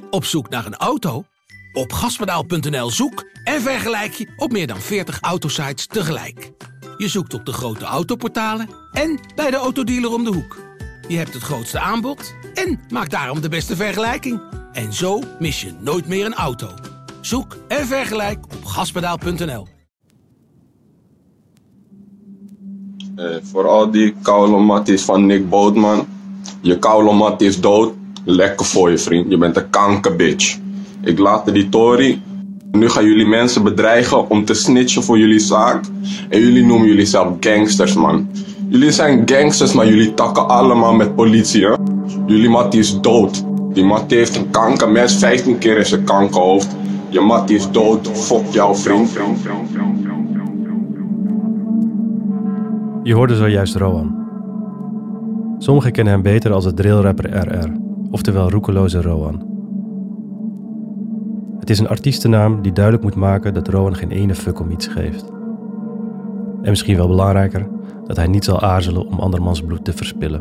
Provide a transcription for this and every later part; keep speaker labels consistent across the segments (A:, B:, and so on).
A: Op zoek naar een auto? Op gaspedaal.nl zoek en vergelijk je op meer dan 40 autosites tegelijk. Je zoekt op de grote autoportalen en bij de autodealer om de hoek. Je hebt het grootste aanbod en maakt daarom de beste vergelijking. En zo mis je nooit meer een auto. Zoek en vergelijk op gaspedaal.nl.
B: Voor al die koude matties van Nick Bootman. Je koude mat is dood. Lekker voor je, vriend. Je bent een kankerbitch. Ik laat die Tory. Nu gaan jullie mensen bedreigen om te snitchen voor jullie zaak. En jullie noemen jullie zelf gangsters, man. Jullie zijn gangsters, maar jullie takken allemaal met politie, hè? Jullie mattie is dood. Die mattie heeft een kankermes. 15 keer in zijn kankerhoofd. Je mattie is dood. Fuck jou, vriend.
C: Je hoorde zojuist Rowan. Sommigen kennen hem beter als de drillrapper RR, oftewel roekeloze Rowan. Het is een artiestennaam die duidelijk moet maken dat Rowan geen ene fuck om iets geeft. En misschien wel belangrijker, dat hij niet zal aarzelen om andermans bloed te verspillen.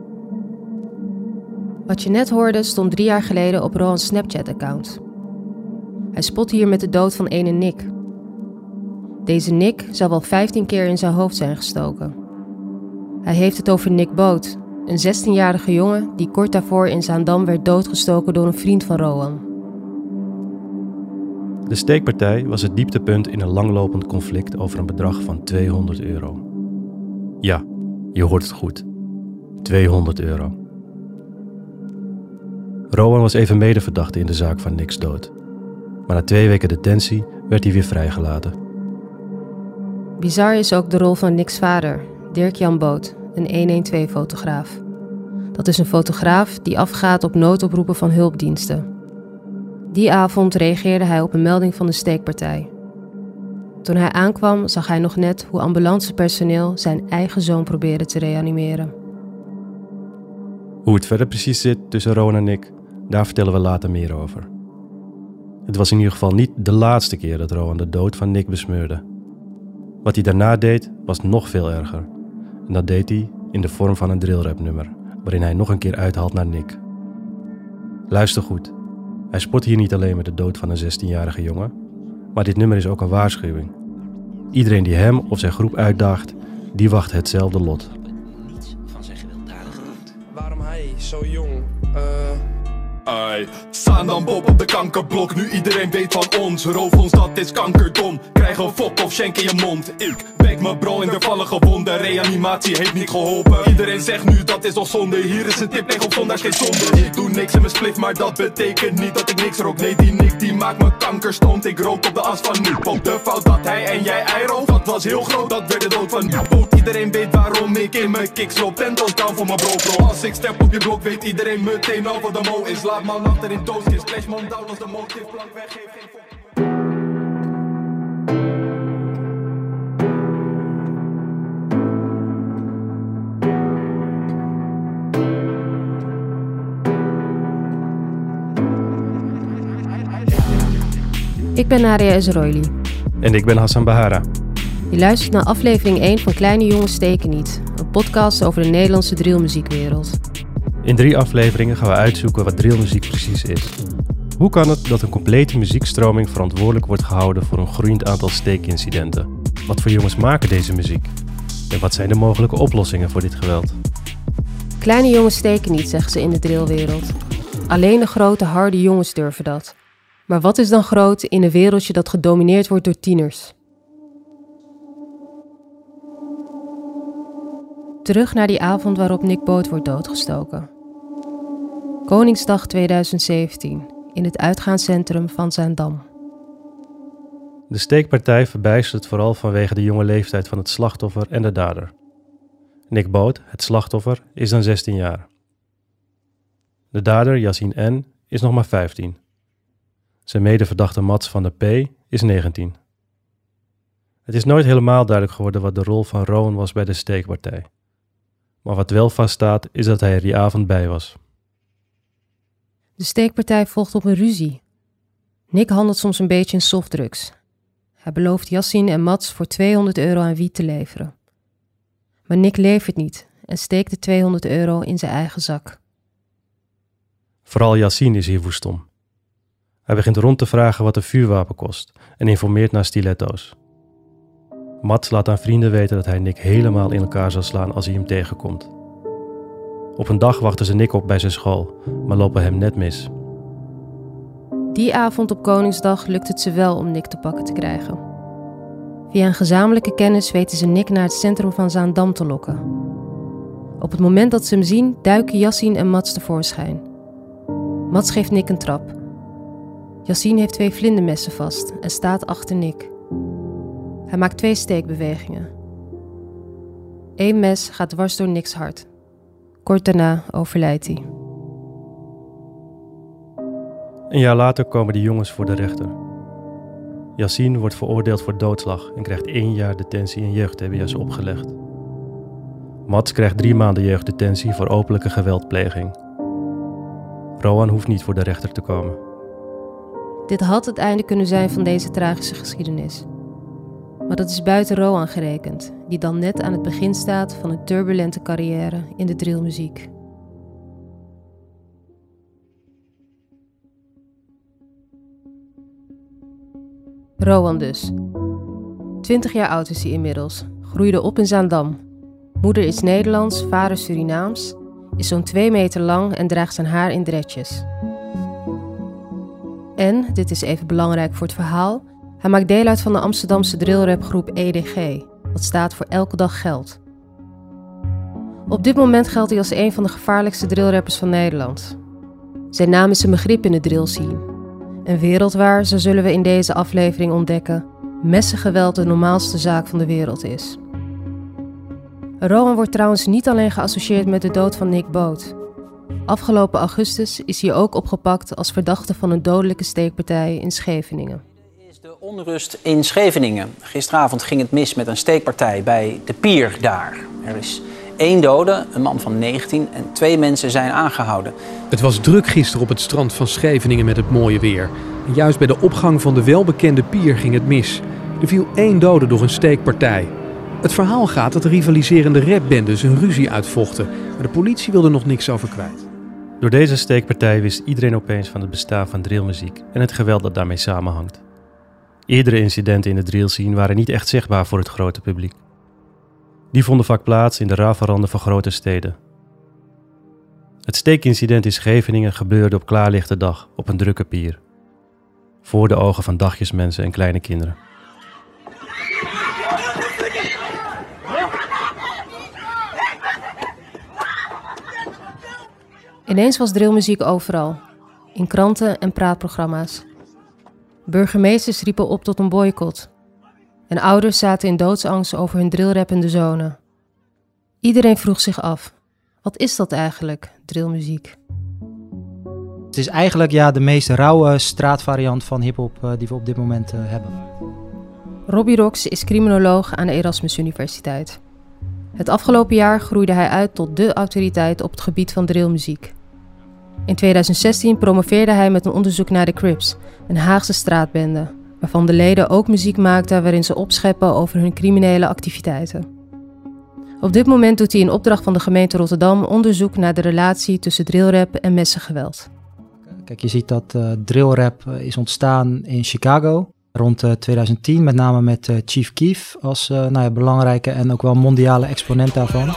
D: Wat je net hoorde stond 3 jaar geleden op Rowan's Snapchat-account. Hij spot hier met de dood van ene Nick. Deze Nick zou wel 15 keer in zijn hoofd zijn gestoken. Hij heeft het over Nick Boot, een 16-jarige jongen die kort daarvoor in Zaandam werd doodgestoken door een vriend van Rowan.
C: De steekpartij was het dieptepunt in een langlopend conflict over een bedrag van €200. Ja, je hoort het goed. €200. Rowan was even medeverdachte in de zaak van Nick's dood. Maar na 2 weken detentie werd hij weer vrijgelaten.
D: Bizar is ook de rol van Nick's vader, Dirk-Jan Boot, een 112-fotograaf. Dat is een fotograaf die afgaat op noodoproepen van hulpdiensten. Die avond reageerde hij op een melding van de steekpartij. Toen hij aankwam zag hij nog net hoe ambulancepersoneel zijn eigen zoon probeerde te reanimeren.
C: Hoe het verder precies zit tussen Rowan en Nick, daar vertellen we later meer over. Het was in ieder geval niet de laatste keer dat Rowan de dood van Nick besmeurde. Wat hij daarna deed, was nog veel erger. En dat deed hij in de vorm van een drillrapnummer, waarin hij nog een keer uithaalt naar Nick. Luister goed, hij spot hier niet alleen met de dood van een 16-jarige jongen, maar dit nummer is ook een waarschuwing. Iedereen die hem of zijn groep uitdaagt, die wacht hetzelfde lot.
E: Waarom hij zo jong?
F: Zaandam Bob op de kankerblok, nu iedereen weet van ons. Roof ons, dat is kankerdom. Krijg een fok of schenk in je mond. Ik bek mijn bro in de vallen gewonden. Reanimatie heeft niet geholpen. Iedereen zegt nu dat is nog zonde. Hier is een tip, leg op zondag geen zonde. Ik doe niks in mijn spliff, maar dat betekent niet dat ik niks rook. Nee, die Nick die maakt me kankerstond. Ik rook op de as van nu. Op de fout dat hij en jij roof, dat was heel groot. Dat werd de dood van nu. Iedereen weet waarom ik in mijn kicks loop. 10 toes down voor mijn bro. Als ik step op je blok, weet iedereen meteen al wat de mo is. Laat man achter in toastjes. Clash man down als de motive plank weggeeft. Geen fok.
D: Ik ben Nadia Ezroili.
C: En ik ben Hassan Bahara.
D: Je luistert naar aflevering 1 van Kleine Jongens Steken Niet, een podcast over de Nederlandse drillmuziekwereld.
C: In 3 afleveringen gaan we uitzoeken wat drillmuziek precies is. Hoe kan het dat een complete muziekstroming verantwoordelijk wordt gehouden voor een groeiend aantal steekincidenten? Wat voor jongens maken deze muziek? En wat zijn de mogelijke oplossingen voor dit geweld?
D: Kleine jongens steken niet, zeggen ze in de drillwereld. Alleen de grote, harde jongens durven dat. Maar wat is dan groot in een wereldje dat gedomineerd wordt door tieners? Terug naar die avond waarop Nick Boot wordt doodgestoken. Koningsdag 2017, in het uitgaanscentrum van Zaandam.
C: De steekpartij verbijstert vooral vanwege de jonge leeftijd van het slachtoffer en de dader. Nick Boot, het slachtoffer, is dan 16 jaar. De dader, Yassine N., is nog maar 15. Zijn medeverdachte Mats van der P. is 19. Het is nooit helemaal duidelijk geworden wat de rol van Rowan was bij de steekpartij. Maar wat wel vaststaat is dat hij er die avond bij was.
D: De steekpartij volgt op een ruzie. Nick handelt soms een beetje in softdrugs. Hij belooft Yassine en Mats voor €200 aan wiet te leveren. Maar Nick levert niet en steekt de €200 in zijn eigen zak.
C: Vooral Yassine is hier woest om. Hij begint rond te vragen wat een vuurwapen kost en informeert naar stiletto's. Mats laat aan vrienden weten dat hij Nick helemaal in elkaar zal slaan als hij hem tegenkomt. Op een dag wachten ze Nick op bij zijn school, maar lopen hem net mis.
D: Die avond op Koningsdag lukt het ze wel om Nick te pakken te krijgen. Via een gezamenlijke kennis weten ze Nick naar het centrum van Zaandam te lokken. Op het moment dat ze hem zien, duiken Yassine en Mats tevoorschijn. Mats geeft Nick een trap. Yassine heeft 2 vlindermessen vast en staat achter Nick. Hij maakt 2 steekbewegingen. 1 mes gaat dwars door Nick's hart. Kort daarna overlijdt hij.
C: Een jaar later komen de jongens voor de rechter. Yassine wordt veroordeeld voor doodslag en krijgt 1 jaar detentie en jeugd-TBS opgelegd. Mats krijgt 3 maanden jeugddetentie voor openlijke geweldpleging. Rowan hoeft niet voor de rechter te komen.
D: Dit had het einde kunnen zijn van deze tragische geschiedenis. Maar dat is buiten Rowan gerekend, die dan net aan het begin staat van een turbulente carrière in de drillmuziek. Rowan dus. 20 jaar oud is hij inmiddels, groeide op in Zaandam. Moeder is Nederlands, vader Surinaams, is zo'n 2 meter lang en draagt zijn haar in dreadjes. En, dit is even belangrijk voor het verhaal, hij maakt deel uit van de Amsterdamse drillrapgroep EDG, wat staat voor Elke Dag Geld. Op dit moment geldt hij als een van de gevaarlijkste drillrappers van Nederland. Zijn naam is een begrip in de drillscene. En wereldwaar, zo zullen we in deze aflevering ontdekken, messengeweld de normaalste zaak van de wereld is. Rowan wordt trouwens niet alleen geassocieerd met de dood van Nick Boot. Afgelopen augustus is hij ook opgepakt als verdachte van een dodelijke steekpartij in Scheveningen.
G: Is de onrust in Scheveningen. Gisteravond ging het mis met een steekpartij bij de pier daar. Er is 1 dode, een man van 19 en 2 mensen zijn aangehouden.
H: Het was druk gisteren op het strand van Scheveningen met het mooie weer. En juist bij de opgang van de welbekende pier ging het mis. Er viel 1 dode door een steekpartij. Het verhaal gaat dat de rivaliserende rapbendes een ruzie uitvochten. Maar de politie wilde er nog niks over kwijt.
C: Door deze steekpartij wist iedereen opeens van het bestaan van drillmuziek en het geweld dat daarmee samenhangt. Eerdere incidenten in de drillscene waren niet echt zichtbaar voor het grote publiek. Die vonden vaak plaats in de rafelranden van grote steden. Het steekincident in Scheveningen gebeurde op klaarlichte dag op een drukke pier. Voor de ogen van dagjesmensen en kleine kinderen.
D: Ineens was drillmuziek overal, in kranten en praatprogramma's. Burgemeesters riepen op tot een boycott. En ouders zaten in doodsangst over hun drillrappende zonen. Iedereen vroeg zich af, wat is dat eigenlijk, drillmuziek?
I: Het is eigenlijk de meest rauwe straatvariant van hiphop die we op dit moment hebben.
D: Robbie Rox is criminoloog aan de Erasmus Universiteit. Het afgelopen jaar groeide hij uit tot de autoriteit op het gebied van drillmuziek. In 2016 promoveerde hij met een onderzoek naar de Crips, een Haagse straatbende, waarvan de leden ook muziek maakten waarin ze opscheppen over hun criminele activiteiten. Op dit moment doet hij in opdracht van de gemeente Rotterdam onderzoek naar de relatie tussen drillrap en messengeweld.
I: Kijk, je ziet dat drillrap is ontstaan in Chicago rond 2010, met name met Chief Keef als belangrijke en ook wel mondiale exponent daarvan.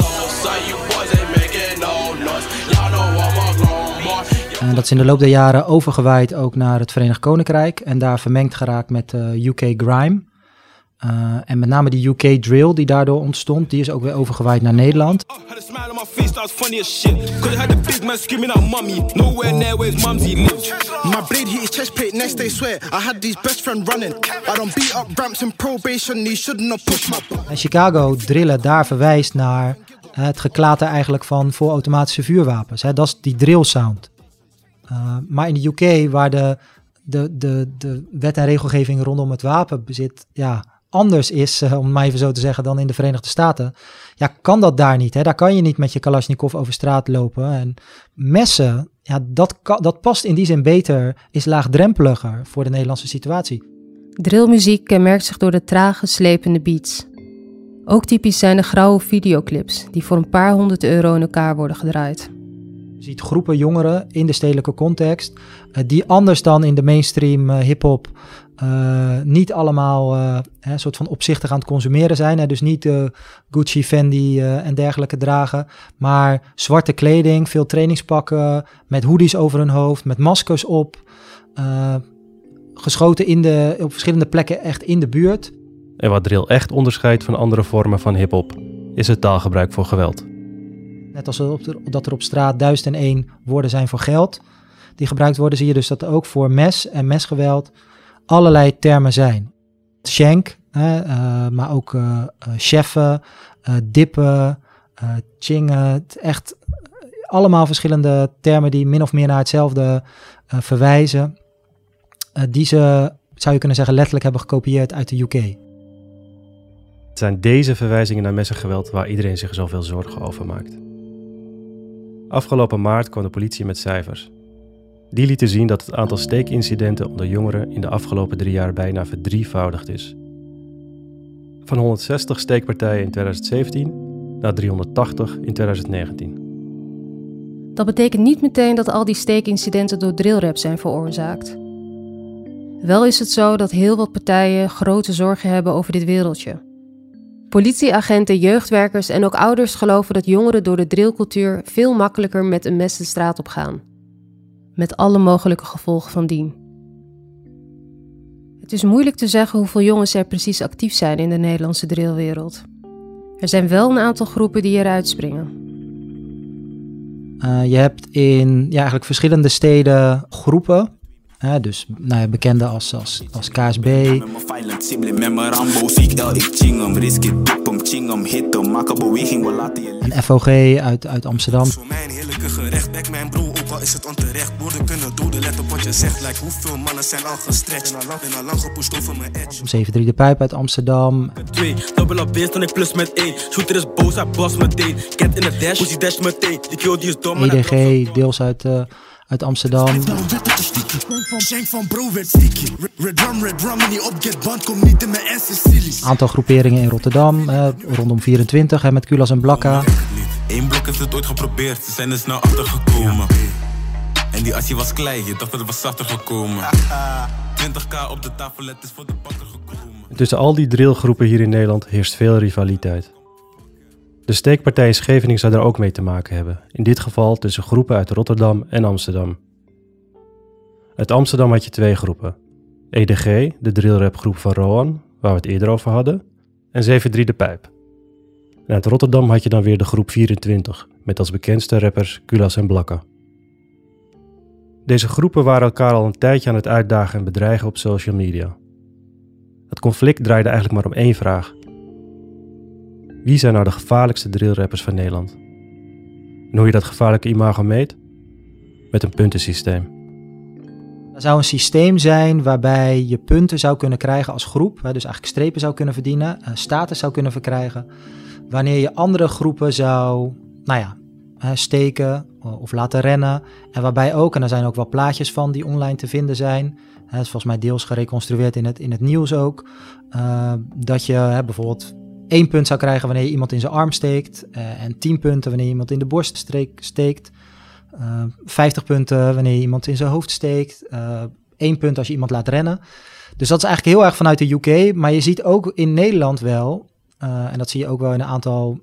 I: En dat is in de loop der jaren overgewaaid ook naar het Verenigd Koninkrijk en daar vermengd geraakt met UK Grime. En met name die UK Drill die daardoor ontstond, die is ook weer overgewaaid naar Nederland. En Chicago drillen, daar verwijst naar het geklater eigenlijk van volautomatische vuurwapens. Dat is die drill sound. Maar in de UK, waar de wet en regelgeving rondom het wapenbezit anders is, om het maar even zo te zeggen, dan in de Verenigde Staten, kan dat daar niet. Hè? Daar kan je niet met je Kalashnikov over straat lopen. En messen, dat past in die zin beter, is laagdrempeliger voor de Nederlandse situatie.
D: Drillmuziek kenmerkt zich door de trage, slepende beats. Ook typisch zijn de grauwe videoclips, die voor een paar €100 in elkaar worden gedraaid.
I: Je ziet groepen jongeren in de stedelijke context die anders dan in de mainstream hip-hop niet allemaal een soort van opzichtig aan het consumeren zijn. Dus niet Gucci, Fendi en dergelijke dragen, maar zwarte kleding, veel trainingspakken, met hoodies over hun hoofd, met maskers op, geschoten op verschillende plekken echt in de buurt.
C: En wat drill echt onderscheidt van andere vormen van hip-hop, is het taalgebruik voor geweld.
I: Net als dat er op straat 1001 woorden zijn voor geld die gebruikt worden, zie je dus dat er ook voor mes en mesgeweld allerlei termen zijn. Shank, maar ook cheffen, dippen, chingen. Echt allemaal verschillende termen die min of meer naar hetzelfde verwijzen. Die ze, zou je kunnen zeggen, letterlijk hebben gekopieerd uit de UK.
C: Het zijn deze verwijzingen naar messengeweld waar iedereen zich zoveel zorgen over maakt. Afgelopen maart kwam de politie met cijfers. Die lieten zien dat het aantal steekincidenten onder jongeren in de afgelopen 3 jaar bijna verdrievoudigd is. Van 160 steekpartijen in 2017 naar 380 in 2019.
D: Dat betekent niet meteen dat al die steekincidenten door drillrap zijn veroorzaakt. Wel is het zo dat heel wat partijen grote zorgen hebben over dit wereldje. Politieagenten, jeugdwerkers en ook ouders geloven dat jongeren door de drillcultuur veel makkelijker met een mes de straat op gaan. Met alle mogelijke gevolgen van dien. Het is moeilijk te zeggen hoeveel jongens er precies actief zijn in de Nederlandse drillwereld. Er zijn wel een aantal groepen die eruit springen.
I: Je hebt in eigenlijk verschillende steden groepen. Dus bekende als KSB. En FOG uit Amsterdam. Is het onterecht, woorden kunnen doden, let op wat je zegt. Like hoeveel mannen zijn al gestretched. Ben al lang gepusht over mijn edge. 73 de Pijp uit Amsterdam. 2, double up weerst dan ik plus met 1. Shooter is boos, hij boss meteen. Cat in de dash, pussy dash meteen. Die kill die is dom. EDG, deels uit Amsterdam. Aantal groeperingen in Rotterdam, rondom 24 met Kulas en Blakka.
J: Eén blok heeft het ooit geprobeerd, ze zijn er snel achtergekomen. En die assie was klein, je dacht dat het was zachter gekomen. 20k op de tafel, het is voor de bakker gekomen.
C: Tussen al die drillgroepen hier in Nederland heerst veel rivaliteit. De steekpartij in Scheveningen zou daar ook mee te maken hebben. In dit geval tussen groepen uit Rotterdam en Amsterdam. Uit Amsterdam had je 2 groepen. EDG, de drillrapgroep van Rohan, waar we het eerder over hadden. En 73 de Pijp. En uit Rotterdam had je dan weer de groep 24, met als bekendste rappers Kulas en Blakka. Deze groepen waren elkaar al een tijdje aan het uitdagen en bedreigen op social media. Het conflict draaide eigenlijk maar om 1 vraag. Wie zijn nou de gevaarlijkste drillrappers van Nederland? En hoe je dat gevaarlijke imago meet? Met een puntensysteem.
I: Er zou een systeem zijn waarbij je punten zou kunnen krijgen als groep. Dus eigenlijk strepen zou kunnen verdienen, status zou kunnen verkrijgen. Wanneer je andere groepen zou steken of laten rennen. En waarbij ook, en er zijn ook wel plaatjes van die online te vinden zijn. Dat is volgens mij deels gereconstrueerd in het nieuws ook. Dat je bijvoorbeeld 1 punt zou krijgen wanneer je iemand in zijn arm steekt. En 10 punten wanneer je iemand in de borst steekt. 50 punten wanneer je iemand in zijn hoofd steekt. 1 punt als je iemand laat rennen. Dus dat is eigenlijk heel erg vanuit de UK. Maar je ziet ook in Nederland wel, en dat zie je ook wel in een aantal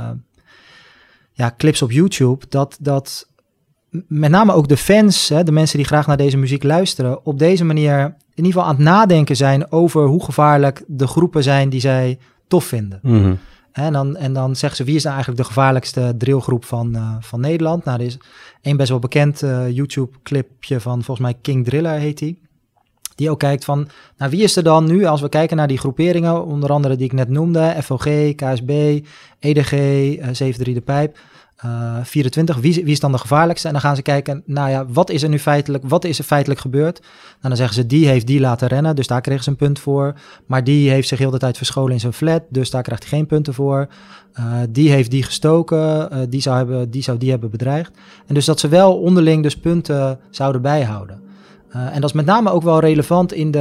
I: clips op YouTube, dat met name ook de fans, de mensen die graag naar deze muziek luisteren, op deze manier in ieder geval aan het nadenken zijn over hoe gevaarlijk de groepen zijn die zij tof vinden. Mm-hmm. En dan zeggen ze, wie is nou eigenlijk de gevaarlijkste drillgroep van Nederland? Nou, er is 1 best wel bekend YouTube-clipje van, volgens mij King Driller heet hij. Die ook kijkt van, nou wie is er dan nu, als we kijken naar die groeperingen, onder andere die ik net noemde, FOG, KSB, EDG, 73 de Pijp, 24, wie is dan de gevaarlijkste? En dan gaan ze kijken, wat is er feitelijk gebeurd? Nou, dan zeggen ze, die heeft die laten rennen, dus daar kregen ze een punt voor. Maar die heeft zich heel de tijd verscholen in zijn flat, dus daar krijgt hij geen punten voor. Die heeft die gestoken, die zou die hebben bedreigd. En dus dat ze wel onderling dus punten zouden bijhouden. En dat is met name ook wel relevant in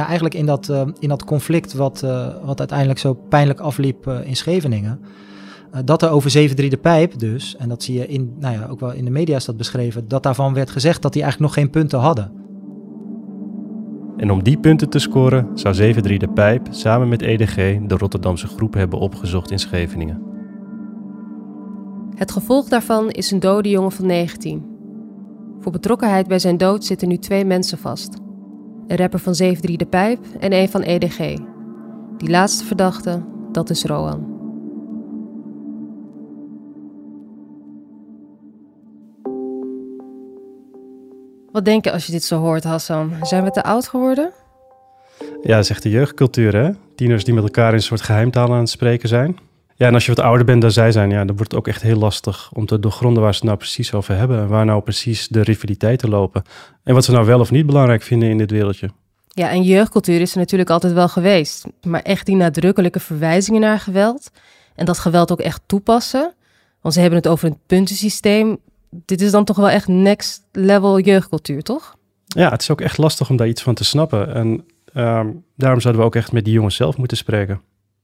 I: dat conflict wat uiteindelijk zo pijnlijk afliep in Scheveningen. dat er over 7-3 de Pijp dus, en dat zie je ook wel in de media is dat beschreven, dat daarvan werd gezegd dat die eigenlijk nog geen punten hadden.
C: En om die punten te scoren zou 7-3 de Pijp samen met EDG de Rotterdamse groep hebben opgezocht in Scheveningen.
D: Het gevolg daarvan is een dode jongen van 19. Voor betrokkenheid bij zijn dood zitten nu 2 mensen vast. Een rapper van 7-3 de Pijp en een van EDG. Die laatste verdachte, dat is Roan. Wat denk je als je dit zo hoort, Hassan? Zijn we te oud geworden?
C: Ja, dat is echt de jeugdcultuur, hè? Tieners die met elkaar in een soort geheimtaal aan het spreken zijn. Ja, en als je wat ouder bent dan zij zijn, ja, dan wordt het ook echt heel lastig om te doorgronden waar ze het nou precies over hebben. En waar nou precies de rivaliteiten lopen. En wat ze nou wel of niet belangrijk vinden in dit wereldje.
D: Ja, en jeugdcultuur is er natuurlijk altijd wel geweest. Maar echt die nadrukkelijke verwijzingen naar geweld. En dat geweld ook echt toepassen. Want ze hebben het over een puntensysteem. Dit is dan toch wel echt next level jeugdcultuur, toch?
C: Ja, het is ook echt lastig om daar iets van te snappen. En daarom zouden we ook echt met die jongens zelf moeten spreken.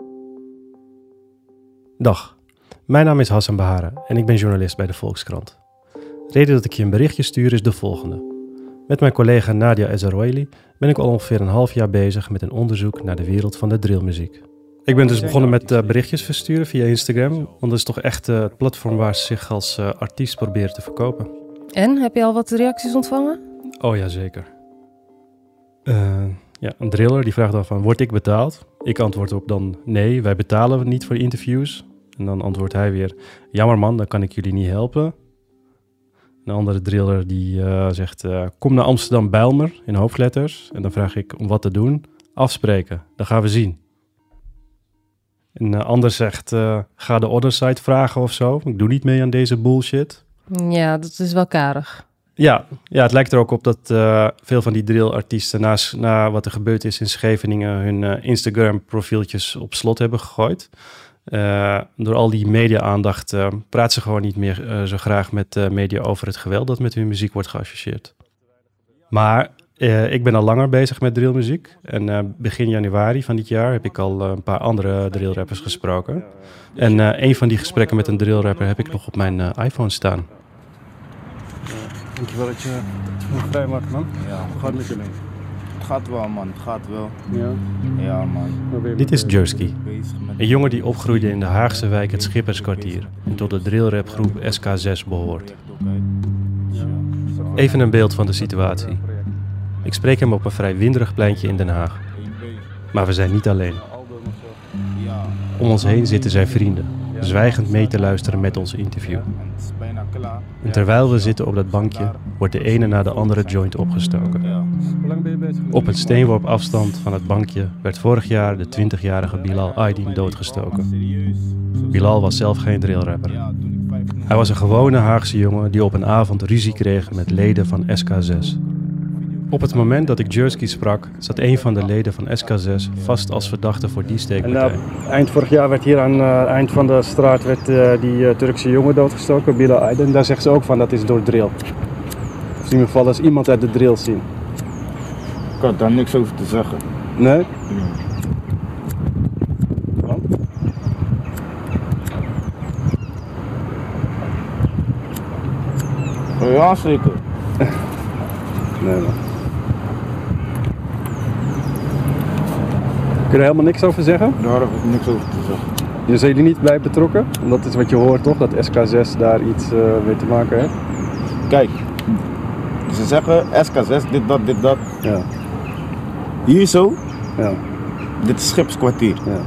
C: Dag, mijn naam is Hassan Bahara en ik ben journalist bij de Volkskrant. De reden dat ik je een berichtje stuur is de volgende. Met mijn collega Nadia Ezaroueli ben ik al ongeveer een half jaar bezig met een onderzoek naar de wereld van de drillmuziek. Ik ben dus begonnen met berichtjes versturen via Instagram, want dat is toch echt het platform waar ze zich als artiest proberen te verkopen.
D: En, heb je al wat reacties ontvangen?
C: Oh ja, zeker. Een driller die vraagt dan van, word ik betaald? Ik antwoord op dan, nee, wij betalen niet voor interviews. En dan antwoordt hij weer, jammer man, dan kan ik jullie niet helpen. Een andere driller die zegt, kom naar Amsterdam-Bijlmer in hoofdletters. En dan vraag ik om wat te doen. Afspreken, dan gaan we zien. Een ander zegt, ga de other side vragen of zo. Ik doe niet mee aan deze bullshit.
D: Ja, dat is wel karig.
C: Ja, het lijkt er ook op dat veel van die drillartiesten na wat er gebeurd is in Scheveningen hun Instagram-profieltjes op slot hebben gegooid. Door al die media-aandacht praat ze gewoon niet meer zo graag met media over het geweld dat met hun muziek wordt geassocieerd. Maar ik ben al langer bezig met drillmuziek. En begin januari van dit jaar heb ik al een paar andere drillrappers gesproken. En een van die gesprekken met een drillrapper heb ik nog op mijn iPhone staan. Dankjewel dat je het vrij maakt, man.
K: Ja.
C: Hoe gaat het met je mee?
K: Het gaat wel, man. Het gaat wel.
C: Ja?
K: Ja, man.
C: Dit is Jersky. Een jongen die opgroeide in de Haagse wijk het Schipperskwartier en tot de drillrapgroep SK6 behoort. Even een beeld van de situatie. Ik spreek hem op een vrij winderig pleintje in Den Haag. Maar we zijn niet alleen. Om ons heen zitten zijn vrienden, zwijgend mee te luisteren met ons interview. En terwijl we zitten op dat bankje, wordt de ene na de andere joint opgestoken. Op een steenworp afstand van het bankje werd vorig jaar de 20-jarige Bilal Aydin doodgestoken. Bilal was zelf geen drillrapper. Hij was een gewone Haagse jongen die op een avond ruzie kreeg met leden van SK6. Op het moment dat ik Jersky sprak, zat een van de leden van SK6 vast als verdachte voor die steekpartij.
L: Eind vorig jaar werd hier aan het eind van de straat die Turkse jongen doodgestoken, Bilal Aydin. Daar zeggen ze ook van dat is door drill. Of in ieder geval als iemand uit de drill zien.
K: Ik had daar niks over te zeggen.
L: Nee?
K: Ja, zeker.
L: Nee, man. Kun je er helemaal niks over zeggen?
K: Daar heb ik niks over te zeggen.
L: Je zijn jullie niet bij betrokken? Want dat is wat je hoort toch, dat SK6 daar iets mee te maken heeft?
K: Kijk, ze zeggen SK6, dit, dat.
L: Ja.
K: Hier zo,
L: ja.
K: Dit is Schipperskwartier.
L: Ja.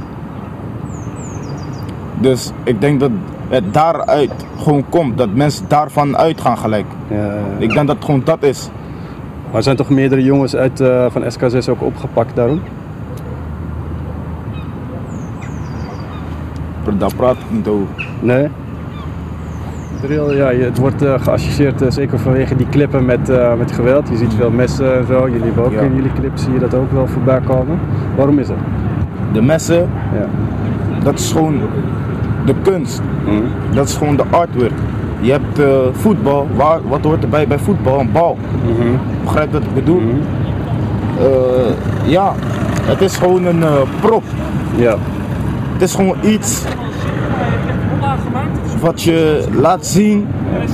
K: Dus ik denk dat het daaruit gewoon komt, dat mensen daarvan uitgaan gelijk.
L: Ja.
K: Ik denk dat het gewoon dat is.
L: Maar er zijn toch meerdere jongens van SK6 ook opgepakt daarom?
K: Daar praat ik niet over.
L: Nee? Drill, ja, het wordt geassocieerd zeker vanwege die clippen met geweld. Je ziet veel messen en zo. Jullie hebben ook in jullie clips zie je dat ook wel voorbij komen. Waarom is dat?
K: De messen,
L: ja.
K: Dat is gewoon de kunst. Dat is gewoon de artwork. Je hebt voetbal, wat hoort erbij bij voetbal? Een bal. Begrijp wat ik bedoel? Ja, het is gewoon een prop.
L: Ja.
K: Het is gewoon iets wat je laat zien.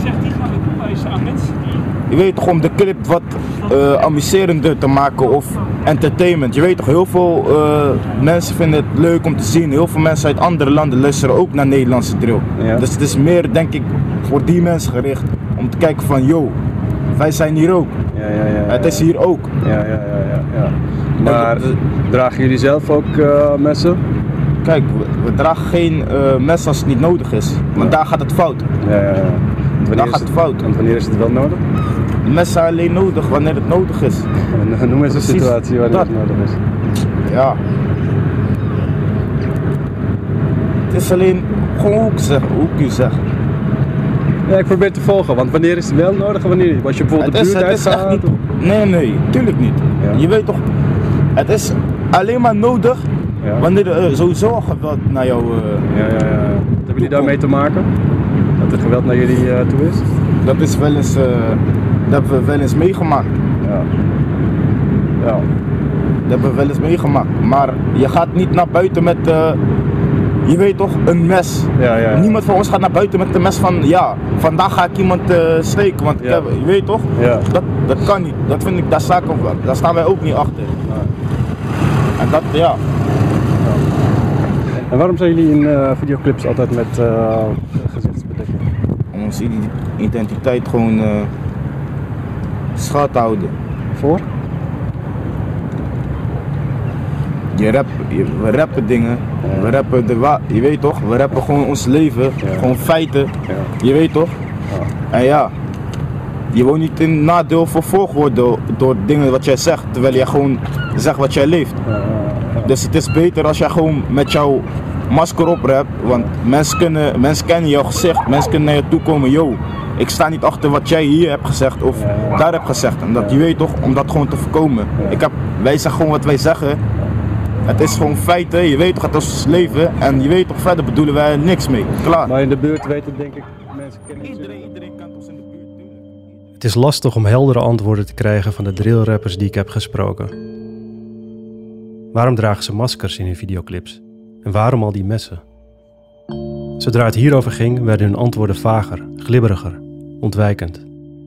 K: Je weet toch, om de clip wat amuserender te maken of entertainment. Je weet toch, heel veel mensen vinden het leuk om te zien. Heel veel mensen uit andere landen luisteren ook naar Nederlandse drill. Ja. Dus het is meer, denk ik, voor die mensen gericht. Om te kijken van, yo, wij zijn hier ook.
L: Ja,
K: het is hier ook.
L: Ja. Maar dragen jullie zelf ook messen?
K: Kijk, we dragen geen mes als het niet nodig is. Want daar gaat het fout.
L: Ja.
K: Daar gaat het fout.
L: En wanneer is het wel nodig?
K: Messen zijn alleen nodig wanneer het nodig is.
L: Noem eens een situatie wanneer het nodig is.
K: Ja. Het is alleen gewoon hoe kun je zeggen.
L: Ja, ik probeer te volgen, want wanneer is het wel nodig en wanneer niet? Als je bijvoorbeeld de buurt uitgaat?
K: Nee, tuurlijk niet. Ja. Je weet toch, het is alleen maar nodig wanneer er sowieso al geweld naar jou
L: Hebben jullie daarmee te maken? Dat er geweld naar jullie toe is?
K: Dat is wel eens, dat hebben we wel eens meegemaakt.
L: Ja.
K: Dat hebben we wel eens meegemaakt. Maar je gaat niet naar buiten met, je weet toch, een mes.
L: Ja.
K: Niemand van ons gaat naar buiten met een mes van, vandaag ga ik iemand steken. Want je weet toch, dat kan niet. Dat vind ik, daar staan wij ook niet achter. En dat,
L: En waarom zijn jullie in videoclips altijd met gezichtsbedekking?
K: Om onze identiteit gewoon schuil te houden.
L: Voor?
K: We rappen dingen, we rappen je weet toch, we rappen gewoon ons leven, gewoon feiten, je weet toch? En je wil niet in nadeel vervolgd worden door dingen wat jij zegt, terwijl jij gewoon zegt wat jij leeft. Dus het is beter als jij gewoon met jouw masker op rapt, want mensen kennen jouw gezicht, mensen kunnen naar je toe komen, yo, ik sta niet achter wat jij hier hebt gezegd of daar hebt gezegd. En dat je weet toch, om dat gewoon te voorkomen. Wij zeggen gewoon wat wij zeggen. Het is gewoon feiten, je weet toch, het is ons leven en je weet toch, verder bedoelen wij niks mee. Klaar.
L: Maar in de buurt weten denk ik, mensen kennen iedereen
K: kent ons in de buurt.
C: Het is lastig om heldere antwoorden te krijgen van de drillrappers die ik heb gesproken. Waarom dragen ze maskers in hun videoclips? En waarom al die messen? Zodra het hierover ging, werden hun antwoorden vager, glibberiger, ontwijkend.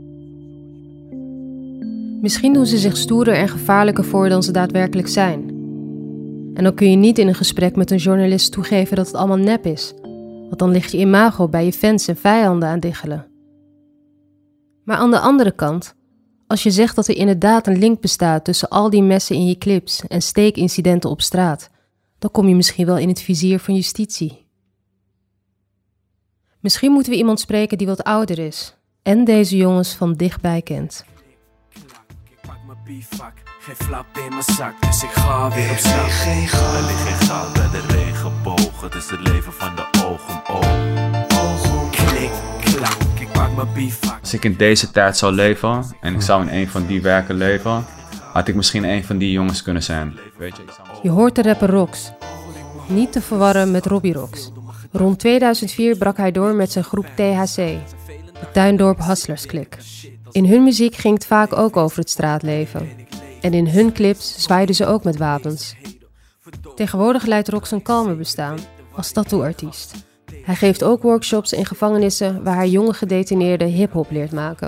D: Misschien doen ze zich stoerder en gevaarlijker voor dan ze daadwerkelijk zijn. En dan kun je niet in een gesprek met een journalist toegeven dat het allemaal nep is. Want dan ligt je imago bij je fans en vijanden aan diggelen. Maar aan de andere kant, als je zegt dat er inderdaad een link bestaat tussen al die messen in je clips en steekincidenten op straat, dan kom je misschien wel in het vizier van justitie. Misschien moeten we iemand spreken die wat ouder is en deze jongens van dichtbij kent.
M: Geen flap in mijn zak, dus ik ga weer op stap. Er ligt geen goud bij de regenboog. Het is het leven van de oog om oog. Klik, klak, ik maak mijn bivak.
N: Als ik in deze tijd zou leven en ik zou in een van die werken leven, had ik misschien een van die jongens kunnen zijn. Weet
D: je hoort de rapper Rox. Niet te verwarren met Robbie Rox. Rond 2004 brak hij door met zijn groep THC, de Tuindorp Hustlers Clique. In hun muziek ging het vaak ook over het straatleven. En in hun clips zwaaiden ze ook met wapens. Tegenwoordig leidt Rox een kalmer bestaan, als tattoo-artiest. Hij geeft ook workshops in gevangenissen waar hij jonge gedetineerden hip-hop leert maken.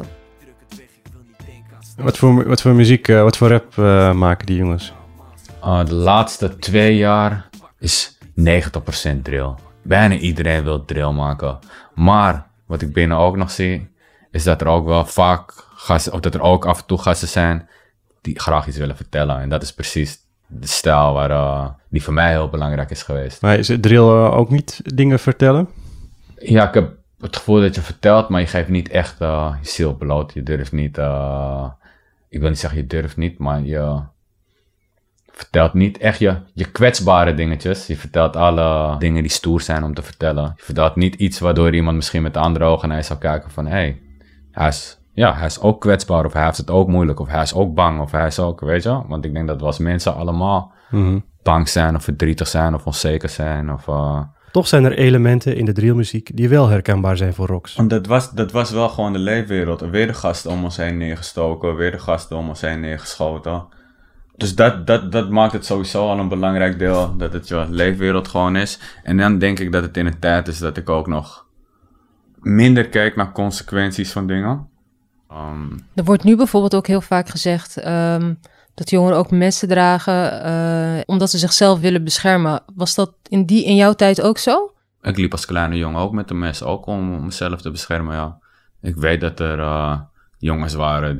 C: Wat voor muziek, wat voor rap maken die jongens?
N: De laatste 2 jaar is 90% drill. Bijna iedereen wil drill maken. Maar wat ik binnen ook nog zie, is dat er ook wel vaak gasten, of dat er ook af en toe gasten zijn die graag iets willen vertellen. En dat is precies de stijl die voor mij heel belangrijk is geweest.
C: Maar is het drill ook niet dingen vertellen?
N: Ja, ik heb het gevoel dat je vertelt, maar je geeft niet echt je ziel bloot. Je durft niet, ik wil niet zeggen je durft niet, maar je vertelt niet echt je kwetsbare dingetjes. Je vertelt alle dingen die stoer zijn om te vertellen. Je vertelt niet iets waardoor iemand misschien met andere ogen naar je zou kijken van hij is ook kwetsbaar, of hij heeft het ook moeilijk, of hij is ook bang, of hij is ook, weet je. Want ik denk dat we als mensen allemaal bang zijn, of verdrietig zijn, of onzeker zijn.
C: Toch zijn er elementen in de drillmuziek die wel herkenbaar zijn voor Rox.
N: Want dat was wel gewoon de leefwereld. Weer de gasten om ons heen neergestoken, weer de gasten om ons heen neergeschoten. Dus dat maakt het sowieso al een belangrijk deel, dat het je leefwereld gewoon is. En dan denk ik dat het in een tijd is dat ik ook nog minder kijkt naar consequenties van dingen.
D: Er wordt nu bijvoorbeeld ook heel vaak gezegd dat jongeren ook messen dragen omdat ze zichzelf willen beschermen. Was dat in jouw tijd ook zo?
N: Ik liep als kleine jongen ook met een mes, ook om mezelf te beschermen, ja. Ik weet dat er jongens waren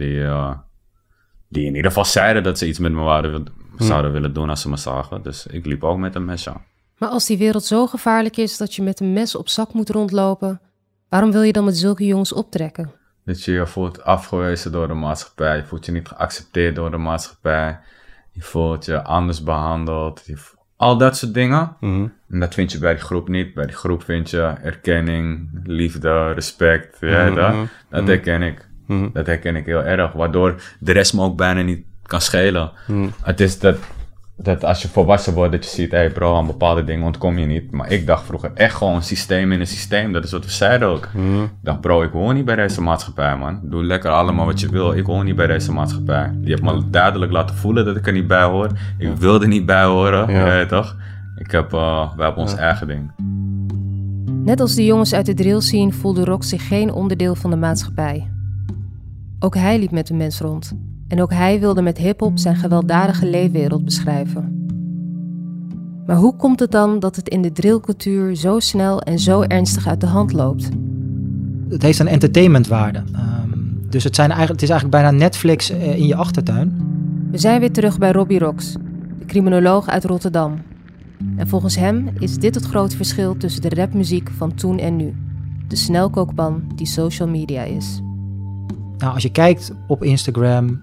N: die in ieder geval zeiden dat ze iets met me zouden willen doen als ze me zagen. Dus ik liep ook met een mes, ja.
D: Maar als die wereld zo gevaarlijk is dat je met een mes op zak moet rondlopen, waarom wil je dan met zulke jongens optrekken?
N: Dat je je voelt afgewezen door de maatschappij. Je voelt je niet geaccepteerd door de maatschappij. Je voelt je anders behandeld. Al dat soort dingen.
C: Mm-hmm.
N: En dat vind je bij die groep niet. Bij die groep vind je erkenning, liefde, respect. Ja, dat herken ik.
C: Mm-hmm.
N: Dat herken ik heel erg. Waardoor de rest me ook bijna niet kan schelen.
C: Mm.
N: Het is dat als je volwassen wordt, dat je ziet, hey bro, aan bepaalde dingen ontkom je niet. Maar ik dacht vroeger echt gewoon een systeem in een systeem. Dat is wat we zeiden ook.
C: Mm.
N: Ik dacht, bro, ik hoor niet bij deze maatschappij, man. Doe lekker allemaal wat je wil. Ik hoor niet bij deze maatschappij. Je hebt me duidelijk laten voelen dat ik er niet bij hoor. Ik wilde er niet bij horen. Ja, toch? Wij hebben ons eigen ding.
D: Net als de jongens uit de drill scene voelde Rock zich geen onderdeel van de maatschappij. Ook hij liep met een mens rond. En ook hij wilde met hiphop zijn gewelddadige leefwereld beschrijven. Maar hoe komt het dan dat het in de drillcultuur zo snel en zo ernstig uit de hand loopt?
I: Het heeft een entertainmentwaarde. Dus het is eigenlijk bijna Netflix in je achtertuin.
D: We zijn weer terug bij Robbie Rox, de criminoloog uit Rotterdam. En volgens hem is dit het grote verschil tussen de rapmuziek van toen en nu. De snelkookpan die social media is.
I: Nou, als je kijkt op Instagram,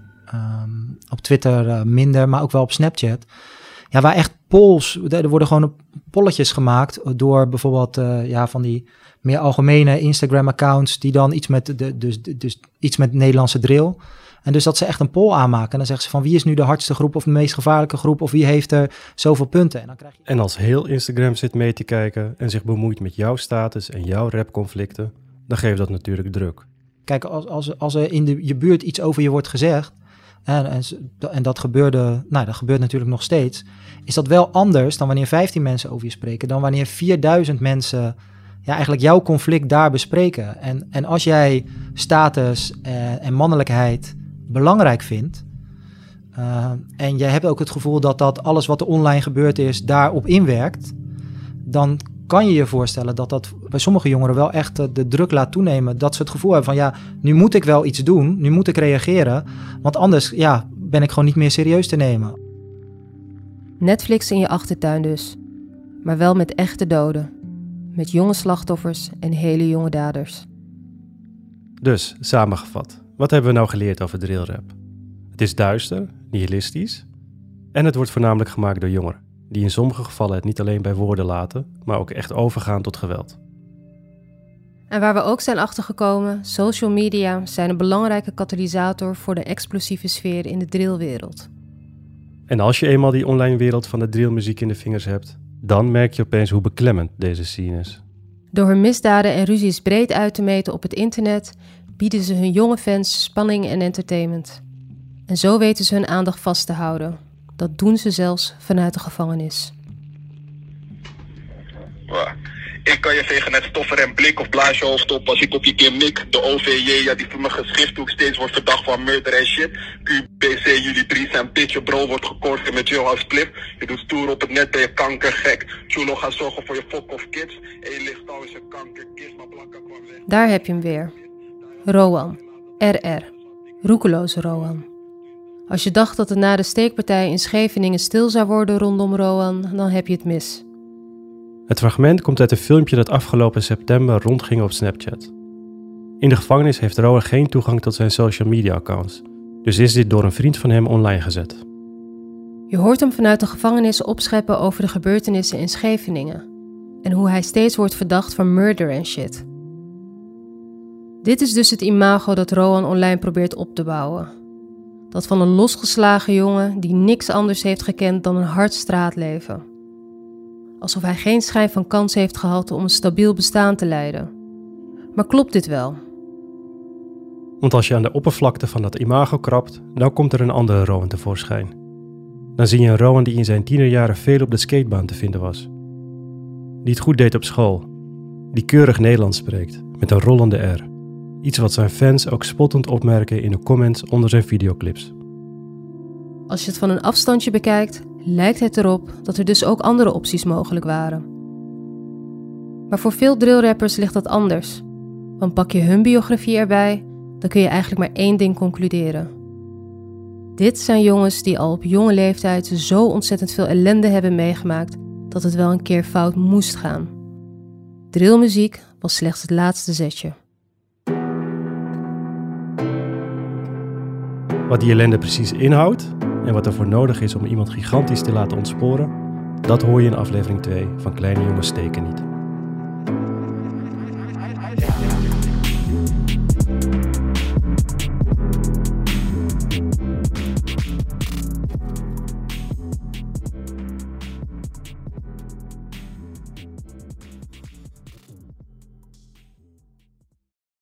I: op Twitter minder, maar ook wel op Snapchat. Ja, waar echt polls, er worden gewoon polletjes gemaakt door bijvoorbeeld van die meer algemene Instagram-accounts die dan iets met iets met Nederlandse drill. En dus dat ze echt een poll aanmaken. En dan zeggen ze van wie is nu de hardste groep of de meest gevaarlijke groep of wie heeft er zoveel punten. En dan krijg je...
C: En als heel Instagram zit mee te kijken en zich bemoeit met jouw status en jouw rapconflicten, dan geeft dat natuurlijk druk.
I: Kijk, als er in je buurt iets over je wordt gezegd, en dat gebeurde, dat gebeurt natuurlijk nog steeds, is dat wel anders dan wanneer 15 mensen over je spreken, dan wanneer 4000 mensen eigenlijk jouw conflict daar bespreken. En als jij status en mannelijkheid belangrijk vindt, en jij hebt ook het gevoel dat alles wat er online gebeurd is daarop inwerkt, dan kan je je voorstellen dat bij sommige jongeren wel echt de druk laat toenemen. Dat ze het gevoel hebben van nu moet ik wel iets doen, nu moet ik reageren, want anders ben ik gewoon niet meer serieus te nemen.
D: Netflix in je achtertuin dus, maar wel met echte doden. Met jonge slachtoffers en hele jonge daders.
C: Dus, samengevat, wat hebben we nou geleerd over drillrap? Het is duister, nihilistisch en het wordt voornamelijk gemaakt door jongeren, die in sommige gevallen het niet alleen bij woorden laten, maar ook echt overgaan tot geweld.
D: En waar we ook zijn achtergekomen, social media zijn een belangrijke katalysator voor de explosieve sfeer in de drillwereld.
C: En als je eenmaal die online wereld van de drillmuziek in de vingers hebt, dan merk je opeens hoe beklemmend deze scene is.
D: Door hun misdaden en ruzies breed uit te meten op het internet, bieden ze hun jonge fans spanning en entertainment. En zo weten ze hun aandacht vast te houden. Dat doen ze zelfs vanuit de gevangenis.
O: Ik kan je vegen net stoffer en blik of blaas je hoofd op als ik op je keer mik. De OVJ, die voor mijn geschrift ook steeds wordt verdacht van murder en shit. QBC, jullie drie zijn pitje bro, wordt gekoord met jou als clip. Je doet stoer op het net, ben je kankergek. Chulo gaat zorgen voor je fok of kids. En je ligt al eens een kankerkist, maar Blanca kwam weg.
D: Daar heb je hem weer. Rowan. RR. Roekeloze Rowan. Als je dacht dat het na de steekpartij in Scheveningen stil zou worden rondom Rowan, dan heb je het mis.
C: Het fragment komt uit een filmpje dat afgelopen september rondging op Snapchat. In de gevangenis heeft Rowan geen toegang tot zijn social media accounts, dus is dit door een vriend van hem online gezet.
D: Je hoort hem vanuit de gevangenis opscheppen over de gebeurtenissen in Scheveningen en hoe hij steeds wordt verdacht van murder en shit. Dit is dus het imago dat Rowan online probeert op te bouwen. Dat van een losgeslagen jongen die niks anders heeft gekend dan een hard straatleven. Alsof hij geen schijn van kans heeft gehad om een stabiel bestaan te leiden. Maar klopt dit wel?
C: Want als je aan de oppervlakte van dat imago krabt, dan komt er een andere Rowan tevoorschijn. Dan zie je een Rowan die in zijn tienerjaren veel op de skatebaan te vinden was. Die het goed deed op school. die keurig Nederlands spreekt, met een rollende R. Iets wat zijn fans ook spottend opmerken in de comments onder zijn videoclips.
D: Als je het van een afstandje bekijkt, lijkt het erop dat er dus ook andere opties mogelijk waren. Maar voor veel drillrappers ligt dat anders. Want pak je hun biografie erbij, dan kun je eigenlijk maar één ding concluderen. Dit zijn jongens die al op jonge leeftijd zo ontzettend veel ellende hebben meegemaakt dat het wel een keer fout moest gaan. Drillmuziek was slechts het laatste zetje.
C: Wat die ellende precies inhoudt en wat er voor nodig is om iemand gigantisch te laten ontsporen, dat hoor je in aflevering 2 van Kleine Jongens Steken Niet.